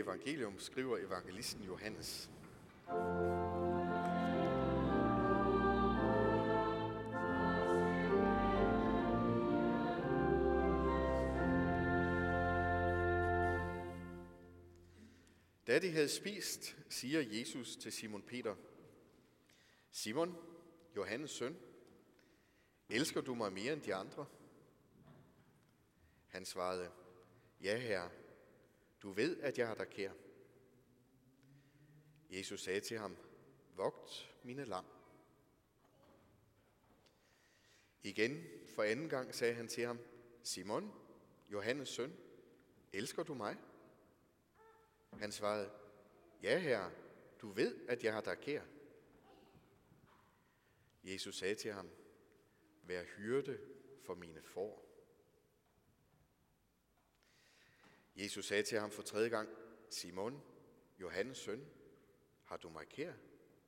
evangelium skriver evangelisten Johannes. Da de havde spist, siger Jesus til Simon Peter: Simon, Johannes søn, elsker du mig mere end de andre? Han svarede: Ja, Herre, du ved, at jeg har dig kær. Jesus sagde til ham: Vogt mine lam. Igen for anden gang sagde han til ham: Simon, Johannes søn, elsker du mig? Han svarede: Ja, Herre, du ved, at jeg har dig kær. Jesus sagde til ham: Vær hyrde for mine får. Jesus sagde til ham for tredje gang: Simon, Johannes søn, har du mig kær?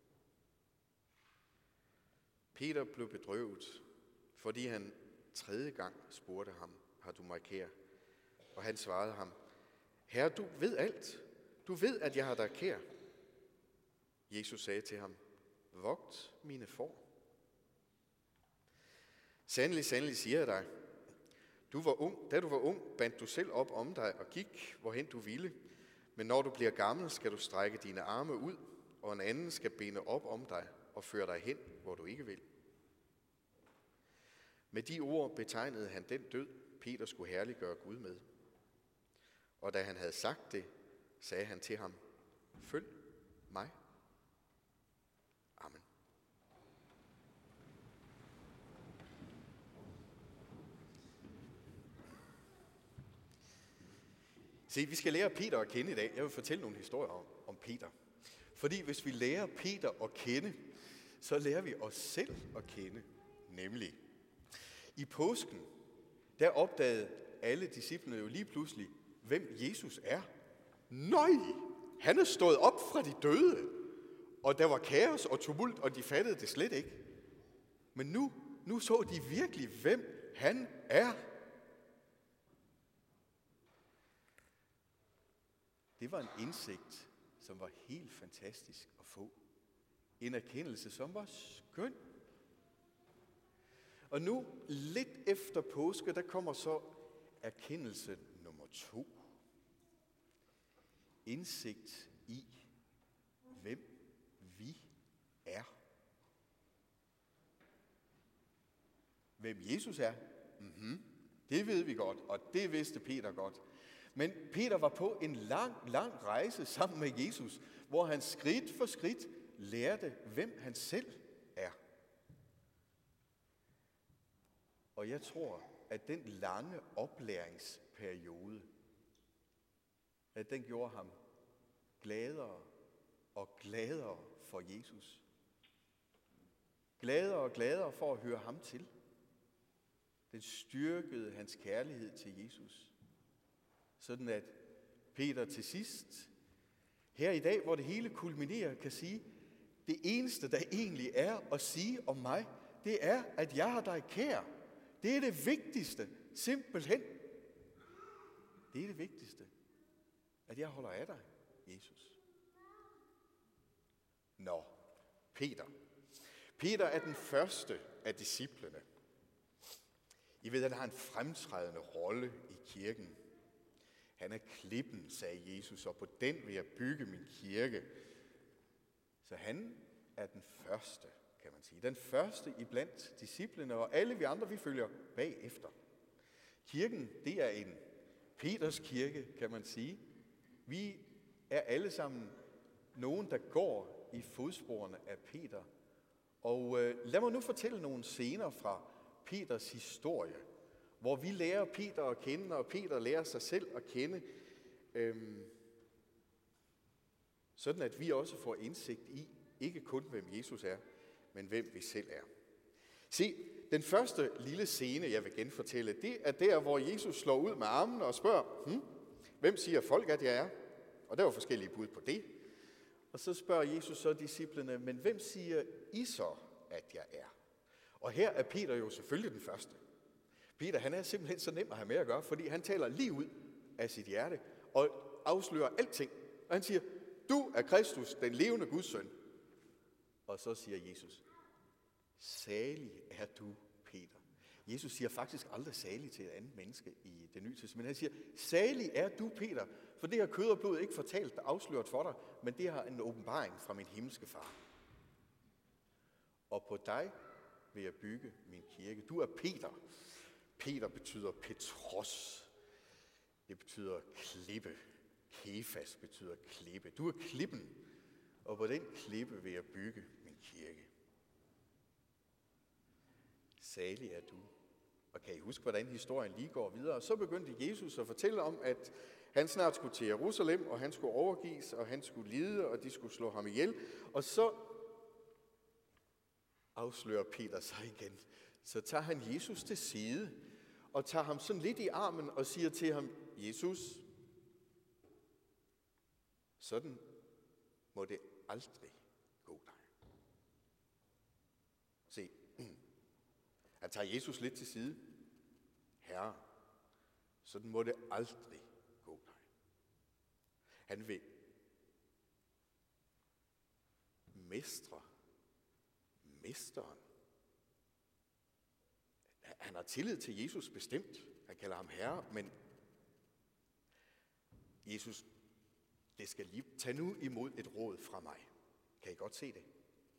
Peter blev bedrøvet, fordi han tredje gang spurgte ham: Har du mig kær? Og han svarede ham: Herre, du ved alt. Du ved, at jeg har dig kær. Jesus sagde til ham: Vogt mine får. Sandelig, sandelig siger jeg dig, da du var ung, bandt du selv op om dig og gik, hvorhen du ville. Men når du bliver gammel, skal du strække dine arme ud, og en anden skal binde op om dig og føre dig hen, hvor du ikke vil. Med de ord betegnede han den død, Peter skulle herliggøre Gud med. Og da han havde sagt det, sagde han til ham: Følg mig. Amen. Se, vi skal lære Peter at kende i dag. Jeg vil fortælle nogle historier om Peter. Fordi hvis vi lærer Peter at kende, så lærer vi os selv at kende. Nemlig, i påsken, der opdagede alle disciplene jo lige pludselig, hvem Jesus er. Nøj, han er stået op fra de døde. Og der var kaos og tumult, og de fattede det slet ikke. Men nu så de virkelig, hvem han er. Det var en indsigt, som var helt fantastisk at få. En erkendelse, som var skøn. Og nu, lidt efter påske, der kommer så erkendelse nummer 2. Indsigt i, hvem vi er. Hvem Jesus er, det ved vi godt, og det vidste Peter godt. Men Peter var på en lang rejse sammen med Jesus, hvor han skridt for skridt lærte, hvem han selv er. Og jeg tror, at den lange oplæringsperiode, at den gjorde ham gladere og gladere for Jesus. Gladere og gladere for at høre ham til. Den styrkede hans kærlighed til Jesus. Sådan at Peter til sidst, her i dag, hvor det hele kulminerer, kan sige, det eneste, der egentlig er at sige om mig, det er, at jeg har dig kær. Det er det vigtigste, simpelthen. Det er det vigtigste, at jeg holder af dig, Jesus. Nå, Peter. Peter er den første af disciplene. I ved, at han har en fremtrædende rolle i kirken. Han er klippen, sagde Jesus, og på den vil jeg bygge min kirke. Så han er den første, kan man sige. Den første iblandt disciplene, og alle vi andre, vi følger bagefter. Kirken, det er en Peters kirke, kan man sige. Vi er alle sammen nogen, der går i fodsporene af Peter. Og lad mig nu fortælle nogle scener fra Peters historie, hvor vi lærer Peter at kende, og Peter lærer sig selv at kende, sådan at vi også får indsigt i, ikke kun hvem Jesus er, men hvem vi selv er. Se, den første lille scene, jeg vil genfortælle, det er der, hvor Jesus slår ud med armene og spørger, hvem siger folk, at jeg er? Og der var forskellige bud på det. Og så spørger Jesus så disciplene, men hvem siger I så, at jeg er? Og her er Peter jo selvfølgelig den første. Peter, han er simpelthen så nem at have med at gøre, fordi han taler lige ud af sit hjerte og afslører alting, Og han siger, du er Kristus, den levende Guds søn. Og så siger Jesus, salig er du, Peter. Jesus siger faktisk aldrig salig til et andet menneske i det nye testament. Han siger, salig er du, Peter, for det har kød og blod ikke fortalt og afsløret for dig, men det har en åbenbaring fra min himmelske far. Og på dig vil jeg bygge min kirke. Du er Peter. Peter betyder Petros. Det betyder klippe. Kefas betyder klippe. Du er klippen, og på den klippe vil jeg bygge min kirke. Salig er du. Og kan I huske, hvordan historien lige går videre? Så begyndte Jesus at fortælle om, at han snart skulle til Jerusalem, og han skulle overgives, og han skulle lide, og de skulle slå ham ihjel. Og så afslører Peter sig igen. Så tager han Jesus til side, og tager ham sådan lidt i armen, og siger til ham, Jesus, sådan må det aldrig gå dig. Se, han tager Jesus lidt til side. Herre, sådan må det aldrig gå dig. Han vil mestre mesteren. Han har tillid til Jesus bestemt. Han kalder ham herre, men Jesus, det skal lige tage nu imod et råd fra mig. Kan I godt se det?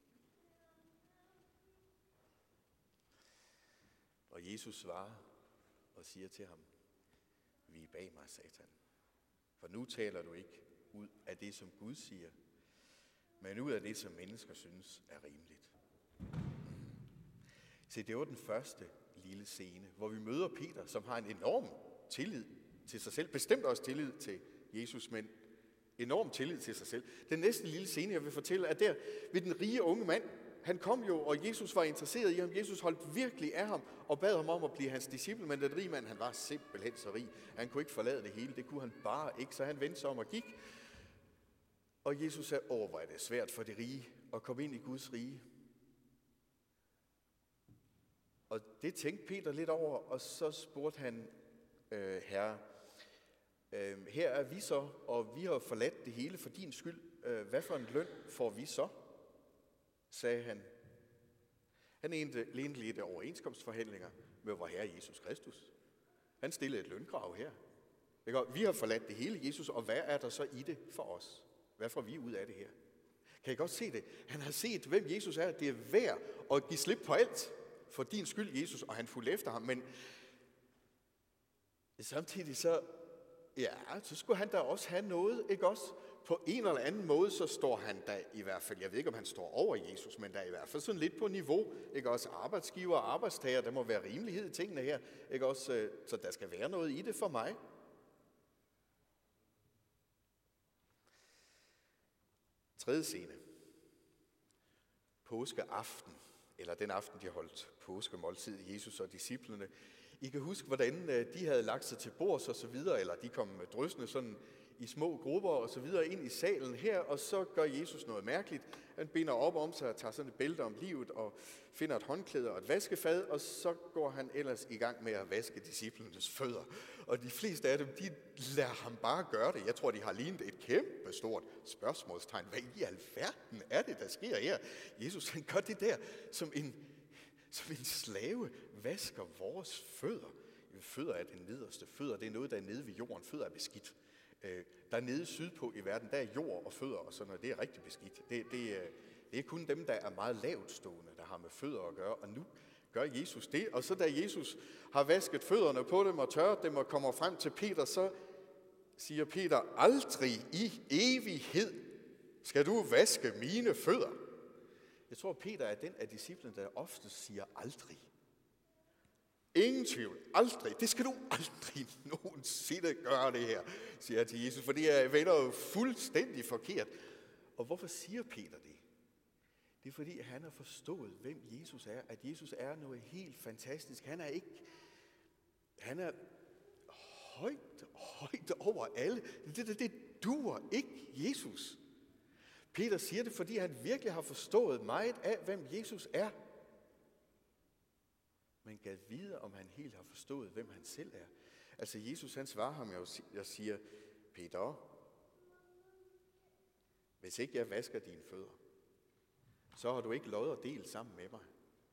Og Jesus svarer og siger til ham, vi er bag mig, Satan. For nu taler du ikke ud af det, som Gud siger, men ud af det, som mennesker synes er rimeligt. Se, det var den første lille scene, hvor vi møder Peter, som har en enorm tillid til sig selv. Bestemt også tillid til Jesus, men enorm tillid til sig selv. Den næste lille scene, jeg vil fortælle, er der ved den rige unge mand. Han kom jo, og Jesus var interesseret i ham. Jesus holdt virkelig af ham og bad ham om at blive hans disciple, men den rige mand, han var simpelthen så rig. Han kunne ikke forlade det hele, det kunne han bare ikke, så han vendte sig om og gik. Og Jesus sagde, hvor er det svært for de rige at komme ind i Guds rige. Og det tænkte Peter lidt over, og så spurgte han, herre, her er vi så, og vi har forladt det hele for din skyld. Hvad for en løn får vi så? Sagde han. Han lente lidt overenskomstforhandlinger med vor Herre Jesus Kristus. Han stillede et lønkrav her. Vi har forladt det hele, Jesus, og hvad er der så i det for os? Hvad får vi ud af det her? Kan I godt se det? Han har set, hvem Jesus er. Det er værd at give slip på alt for din skyld, Jesus, og han fulgte efter ham. Men samtidig så skulle han da også have noget, ikke også? På en eller anden måde, så står han da i hvert fald, jeg ved ikke, om han står over Jesus, men der er i hvert fald sådan lidt på niveau, ikke også? Arbejdsgiver og arbejdstager, der må være rimelighed i tingene her, ikke også? Så der skal være noget i det for mig. Tredje scene. Påskeaften, eller den aften, de holdt påskemåltid, Jesus og disciplene. I kan huske, hvordan de havde lagt sig til bords og så videre, eller de kom dryssende sådan i små grupper og så videre ind i salen her, og så gør Jesus noget mærkeligt. Han binder op om sig og tager sådan et bælte om livet og finder et håndklæde og et vaskefad, og så går han ellers i gang med at vaske disciplenes fødder. Og de fleste af dem, de lader ham bare gøre det. Jeg tror, de har lignet et kæmpe stort spørgsmålstegn. Hvad i alverden er det, der sker her? Jesus, han gør det der som en slave vasker vores fødder. Fødder er det nederste. Fødder, det er noget, der er nede ved jorden. Fødder er beskidt. Der er nede sydpå i verden, der er jord og fødder og sådan noget. Det er rigtig beskidt. Det er kun dem, der er meget lavtstående, der har med fødder at gøre. Og nu gør Jesus det. Og så da Jesus har vasket fødderne på dem og tørret dem og kommer frem til Peter, så siger Peter, aldrig i evighed skal du vaske mine fødder. Jeg tror, Peter er den af disciplene, der ofte siger aldrig. Ingen tvivl. Aldrig. Det skal du aldrig nogensinde gøre det her, siger jeg til Jesus, for det vender jo fuldstændig forkert. Og hvorfor siger Peter det? Det er fordi, han har forstået, hvem Jesus er. At Jesus er noget helt fantastisk. Han er højt over alle. Det duer ikke Jesus. Peter siger det, fordi han virkelig har forstået meget af, hvem Jesus er. Men gad vide, om han helt har forstået, hvem han selv er. Altså Jesus, han svarer ham, jeg siger, Peter, hvis ikke jeg vasker dine fødder, så har du ikke lod og del sammen med mig.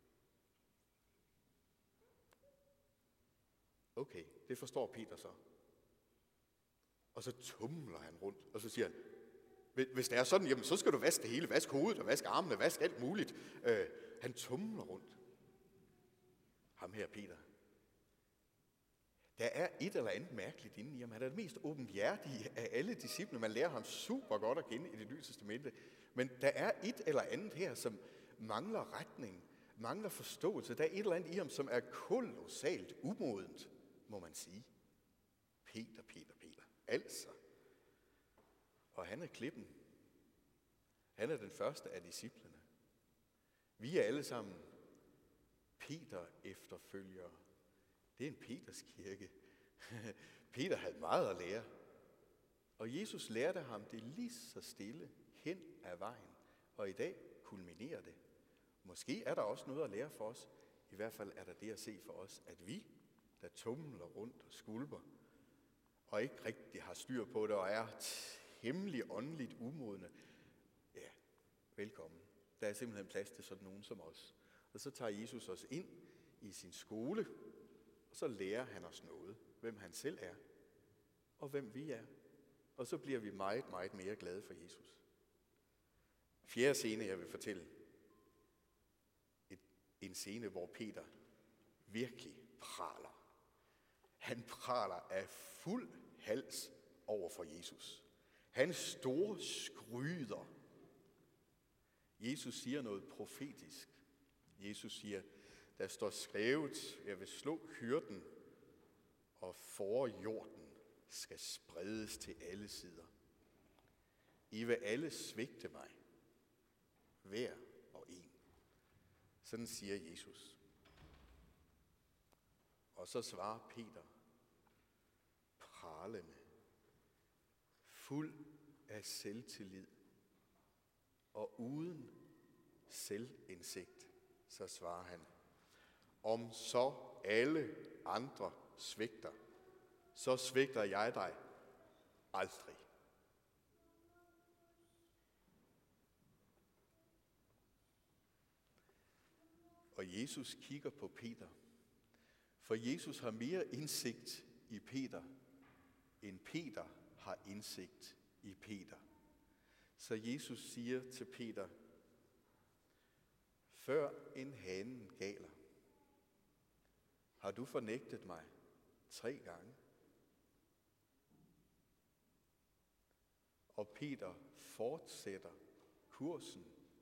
Okay, det forstår Peter så. Og så tumler han rundt, og så siger han, hvis det er sådan, jamen, så skal du vaske det hele. Vask hovedet og vask armene, vask alt muligt. Han tumler rundt. Ham her, Peter. Der er et eller andet mærkeligt inde i ham. Han er det mest åbenhjertige af alle disciple. Man lærer ham super godt at kende i Det Nye Testamente. Men der er et eller andet her, som mangler retning, mangler forståelse. Der er et eller andet i ham, som er kolossalt umodent, må man sige. Peter. Altså. Og han er klippen. Han er den første af disciplene. Vi er alle sammen Peter efterfølgere. Det er en Peters kirke. Peter havde meget at lære. Og Jesus lærte ham det lige så stille hen ad vejen. Og i dag kulminerer det. Måske er der også noget at lære for os. I hvert fald er der det at se for os, at vi, der tumler rundt og skulper, og ikke rigtig har styr på det, og er temmelig åndeligt umodne, ja, velkommen. Der er simpelthen plads til sådan nogen som os. Og så tager Jesus os ind i sin skole, og så lærer han os noget, hvem han selv er, og hvem vi er. Og så bliver vi meget, meget mere glade for Jesus. Fjerde scene, jeg vil fortælle. En scene, hvor Peter virkelig praler. Han praler af fuld hals over for Jesus. Han store skryder. Jesus siger noget profetisk. Jesus siger, der står skrevet, jeg vil slå hyrden, og forjorden skal spredes til alle sider. I vil alle svigte mig, hver og en. Sådan siger Jesus. Og så svarer Peter, pralende, fuld af selvtillid og uden selvindsigt, så svarer han, om så alle andre svigter, så svigter jeg dig aldrig. Og Jesus kigger på Peter, for Jesus har mere indsigt i Peter, end Peter har indsigt i Peter. Så Jesus siger til Peter, før en hanen galer, har du fornægtet mig 3 gange. Og Peter fortsætter kursen.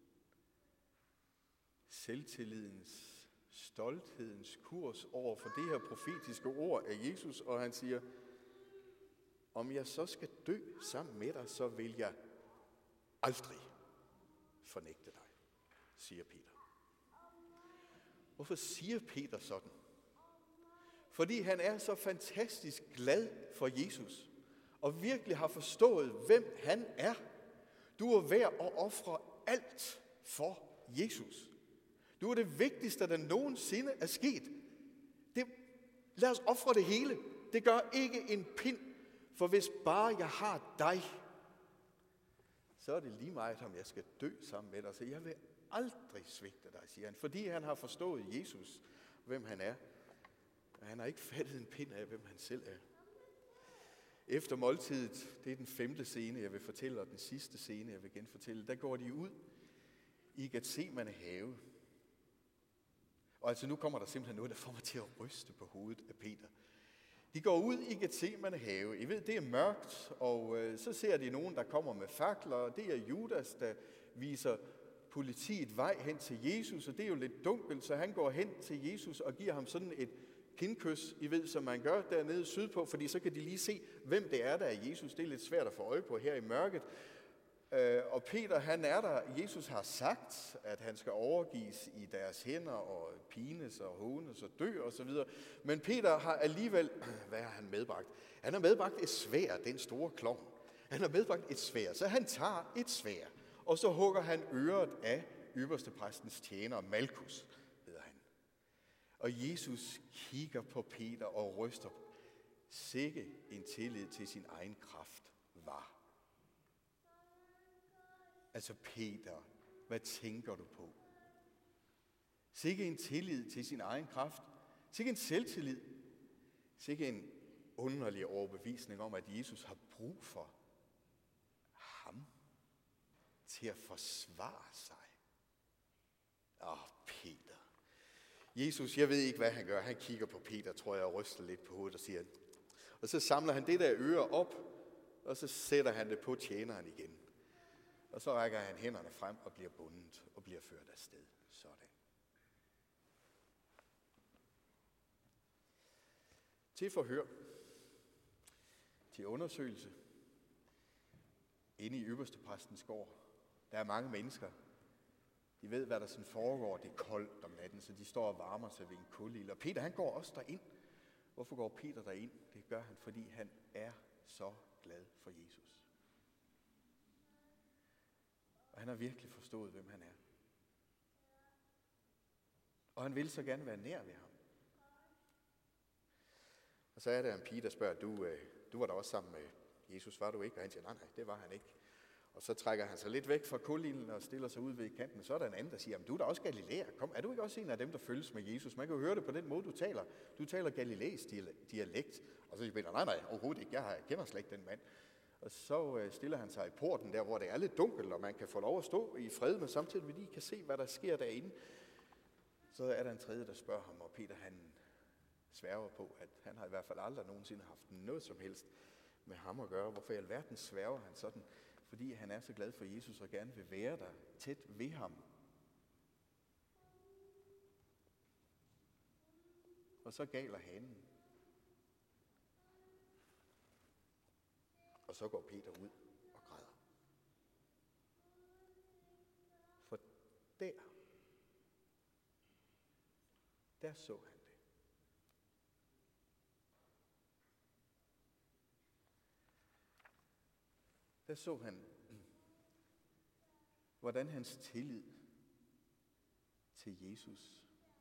Selvtillidens, stolthedens kurs over for det her profetiske ord af Jesus, og han siger, om jeg så skal dø sammen med dig, så vil jeg aldrig fornægte dig, siger Peter. Hvorfor siger Peter sådan? Fordi han er så fantastisk glad for Jesus, og virkelig har forstået, hvem han er. Du er værd at ofre alt for Jesus. Du er det vigtigste, der nogensinde er sket. Lad os ofre det hele. Det gør ikke en pind, for hvis bare jeg har dig, så er det lige meget, om jeg skal dø sammen med dig. Så jeg vil aldrig svigte dig, siger han, fordi han har forstået Jesus, hvem han er. Og han har ikke fattet en pind af, hvem han selv er. Efter måltidet, det er den 5. scene, jeg vil fortælle, og den sidste scene, jeg vil genfortælle, der går de ud i Getsemane have. Og altså nu kommer der simpelthen noget, der får mig til at ryste på hovedet af Peter. De går ud i Getsemane have. I ved, det er mørkt, og så ser de nogen, der kommer med fakler, og det er Judas, der viser politiet vej hen til Jesus, og det er jo lidt dunkelt, så han går hen til Jesus og giver ham sådan et kindkys, I ved, som man gør dernede sydpå, fordi så kan de lige se, hvem det er, der er Jesus. Det er lidt svært at få øje på her i mørket. Og Peter, han er der. Jesus har sagt, at han skal overgives i deres hænder og pines og hånes og dø og så videre. Men Peter har alligevel, hvad har han medbragt? Han har medbragt et sværd, den store klovn. Han har medbragt et sværd, så han tager et sværd, og så hugger han øret af ypperstepræstens tjener, Malkus, hedder han. Og Jesus kigger på Peter og ryster. Sikke en tillid til sin egen kraft var. Altså Peter, hvad tænker du på? Sikke en tillid til sin egen kraft. Sikke en selvtillid. Sikke en underlig overbevisning om, at Jesus har brug for ham til at forsvare sig. Peter. Jesus, jeg ved ikke, hvad han gør. Han kigger på Peter, tror jeg, og ryster lidt på hovedet og siger, og så samler han det der øre op, og så sætter han det på tjeneren igen. Og så rækker han hænderne frem og bliver bundet og bliver ført afsted. Sådan. Til forhør. Til undersøgelse. Inde i øverstepræstens gård. Der er mange mennesker. De ved, hvad der sådan foregår. Det er koldt om natten, så de står og varmer sig ved en kulild. Og Peter, han går også derind. Hvorfor går Peter derind? Det gør han, fordi han er så glad for Jesus. Og han har virkelig forstået, hvem han er. Og han vil så gerne være nær ved ham. Og så er der en pige, der spørger, du var der også sammen med Jesus, var du ikke? Og han siger, nej, det var han ikke. Og så trækker han sig lidt væk fra kulilden og stiller sig ud ved kanten. Så er der en anden, der siger, du er da også Galilæer. Kom, er du ikke også en af dem, der følges med Jesus? Man kan jo høre det på den måde, du taler. Du taler Galilæisk dialekt. Og så siger Peter, nej, overhovedet ikke. Jeg kender slet ikke den mand. Og så stiller han sig i porten der, hvor det er lidt dunkelt, og man kan få lov at stå i fred, men samtidig med de kan se, hvad der sker derinde. Så er der en tredje, der spørger ham, og Peter han sværger på, at han har i hvert fald aldrig nogensinde haft noget som helst med ham at gøre. Hvorfor i alverden sværger han sådan? Fordi han er så glad for Jesus og gerne vil være der tæt ved ham. Og så galer hanen. Og så går Peter ud og græder. For der så han det. Der så han, hvordan hans tillid til Jesus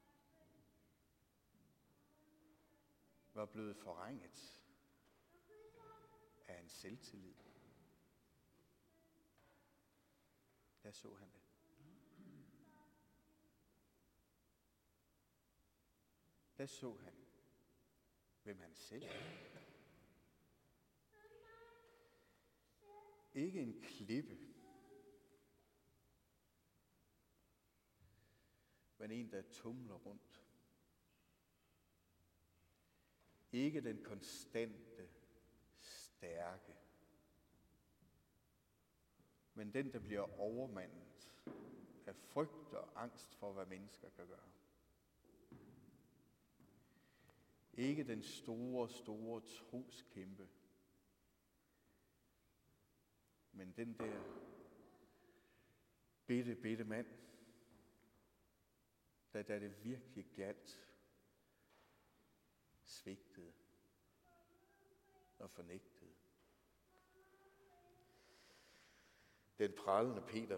var blevet forringet af en selvtillid. Der så han det. Der så han, hvem han selv er. Ikke en klippe, men en, der tumler rundt. Ikke den konstante, stærke, men den, der bliver overmandet af frygt og angst for, hvad mennesker kan gøre. Ikke den store troskæmpe, men den der bitte mand, da det virkelig galt, svigtede og fornægtede. Den pralende Peter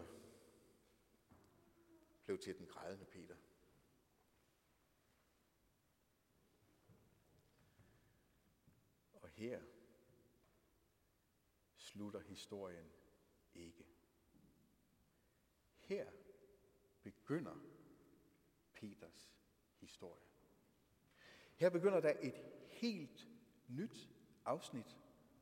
blev til den grædende Peter. Og her slutter historien ikke. Her begynder Peters historie. Her begynder der et helt nyt afsnit.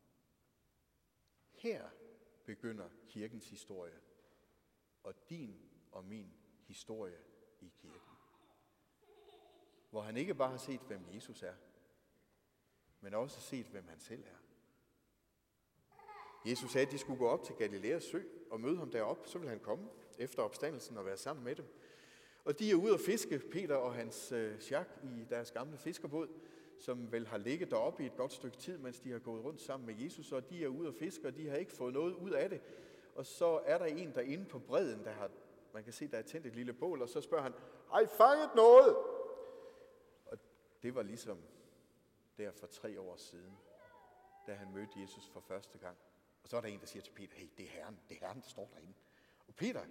Her begynder kirkens historie, og din og min historie i kirken. Hvor han ikke bare har set, hvem Jesus er, men også set, hvem han selv er. Jesus sagde, at de skulle gå op til Galilæas sø og møde ham deroppe, så ville han komme efter opstandelsen og være sammen med dem. Og de er ude at fiske, Peter og hans Jacques, i deres gamle fiskerbåd, som vel har ligget deroppe i et godt stykke tid, mens de har gået rundt sammen med Jesus, og de er ude at fiske, og de har ikke fået noget ud af det. Og så er der en derinde på bredden, man kan se, der er tændt et lille bål, og så spørger han, har I fanget noget? Og det var ligesom der for 3 år siden, da han mødte Jesus for første gang. Og så er der en, der siger til Peter, hey, det er Herren, der står derinde. Og Peter,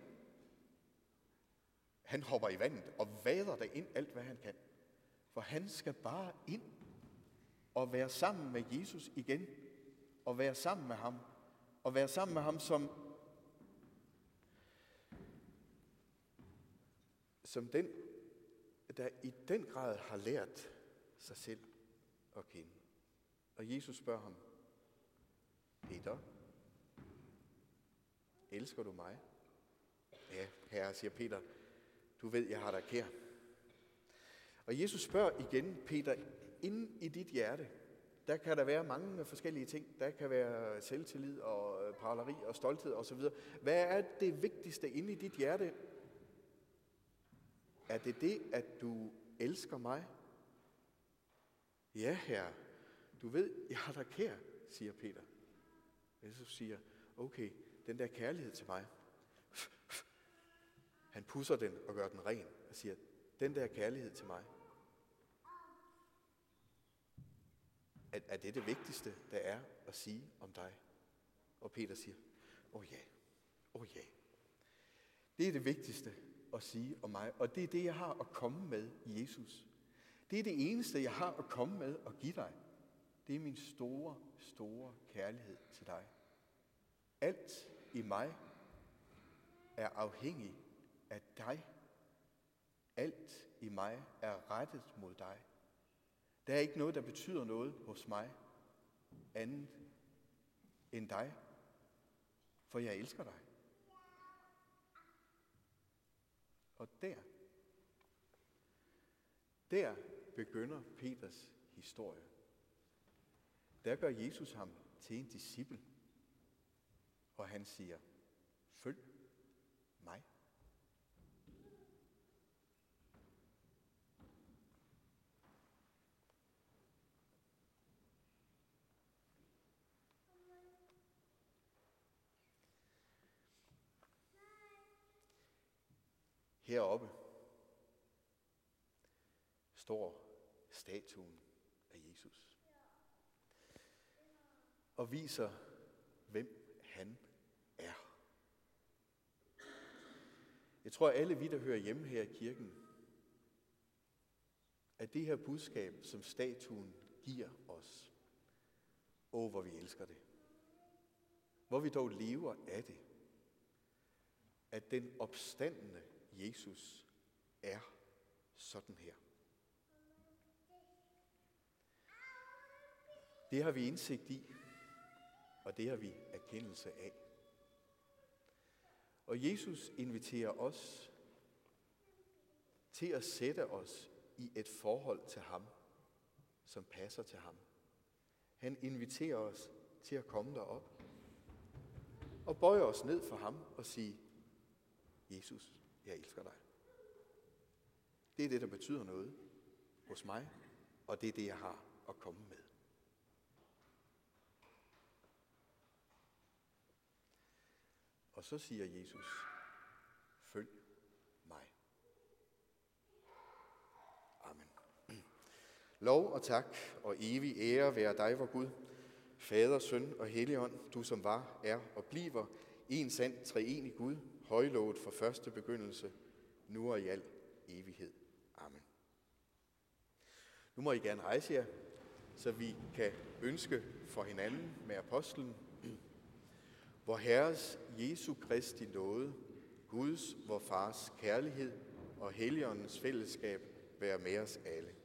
han hopper i vandet og vader derind alt, hvad han kan. For han skal bare ind og være sammen med Jesus igen. Og være sammen med ham. Og være sammen med ham, som den, der i den grad har lært sig selv at kende. Og Jesus spørger ham, Peter, elsker du mig? Ja, Herre, siger Peter, du ved, jeg har dig kær. Og Jesus spørger igen, Peter, inde i dit hjerte, der kan der være mange forskellige ting. Der kan være selvtillid og praleri og stolthed osv. Hvad er det vigtigste inde i dit hjerte? Er det det, at du elsker mig? Ja, Herre, du ved, jeg har dig kær, siger Peter. Jesus siger, okay, den der kærlighed til mig. Han pusser den og gør den ren og siger, den der kærlighed til mig. Er det det vigtigste, der er at sige om dig? Og Peter siger, åh ja. Det er det vigtigste at sige om mig, og det er det, jeg har at komme med, Jesus. Det er det eneste, jeg har at komme med og give dig. Det er min store, store kærlighed til dig. Alt i mig er afhængig af dig. Alt i mig er rettet mod dig. Der er ikke noget, der betyder noget hos mig, andet end dig, for jeg elsker dig. Og der begynder Peters historie. Der gør Jesus ham til en disciple, og han siger, følg mig. Heroppe står statuen af Jesus og viser, hvem han er. Jeg tror, alle vi, der hører hjemme her i kirken, at det her budskab, som statuen giver os, hvor vi elsker det. Hvor vi dog lever af det. At den opstandne Jesus er sådan her. Det har vi indsigt i, og det har vi erkendelse af. Og Jesus inviterer os til at sætte os i et forhold til ham, som passer til ham. Han inviterer os til at komme derop og bøje os ned for ham og sige, Jesus, jeg elsker dig. Det er det, der betyder noget hos mig, og det er det, jeg har at komme med. Og så siger Jesus, følg mig. Amen. Lov og tak og evig ære være dig, vor Gud, Fader, Søn og Helligånd, du som var, er og bliver en sand treenig Gud, højlovet fra første begyndelse, nu og i al evighed. Amen. Nu må I gerne rejse jer, så vi kan ønske for hinanden med apostlen, vor Herres Jesu Kristi nåde, Guds, vor Fars kærlighed og Helligåndens fællesskab være med os alle.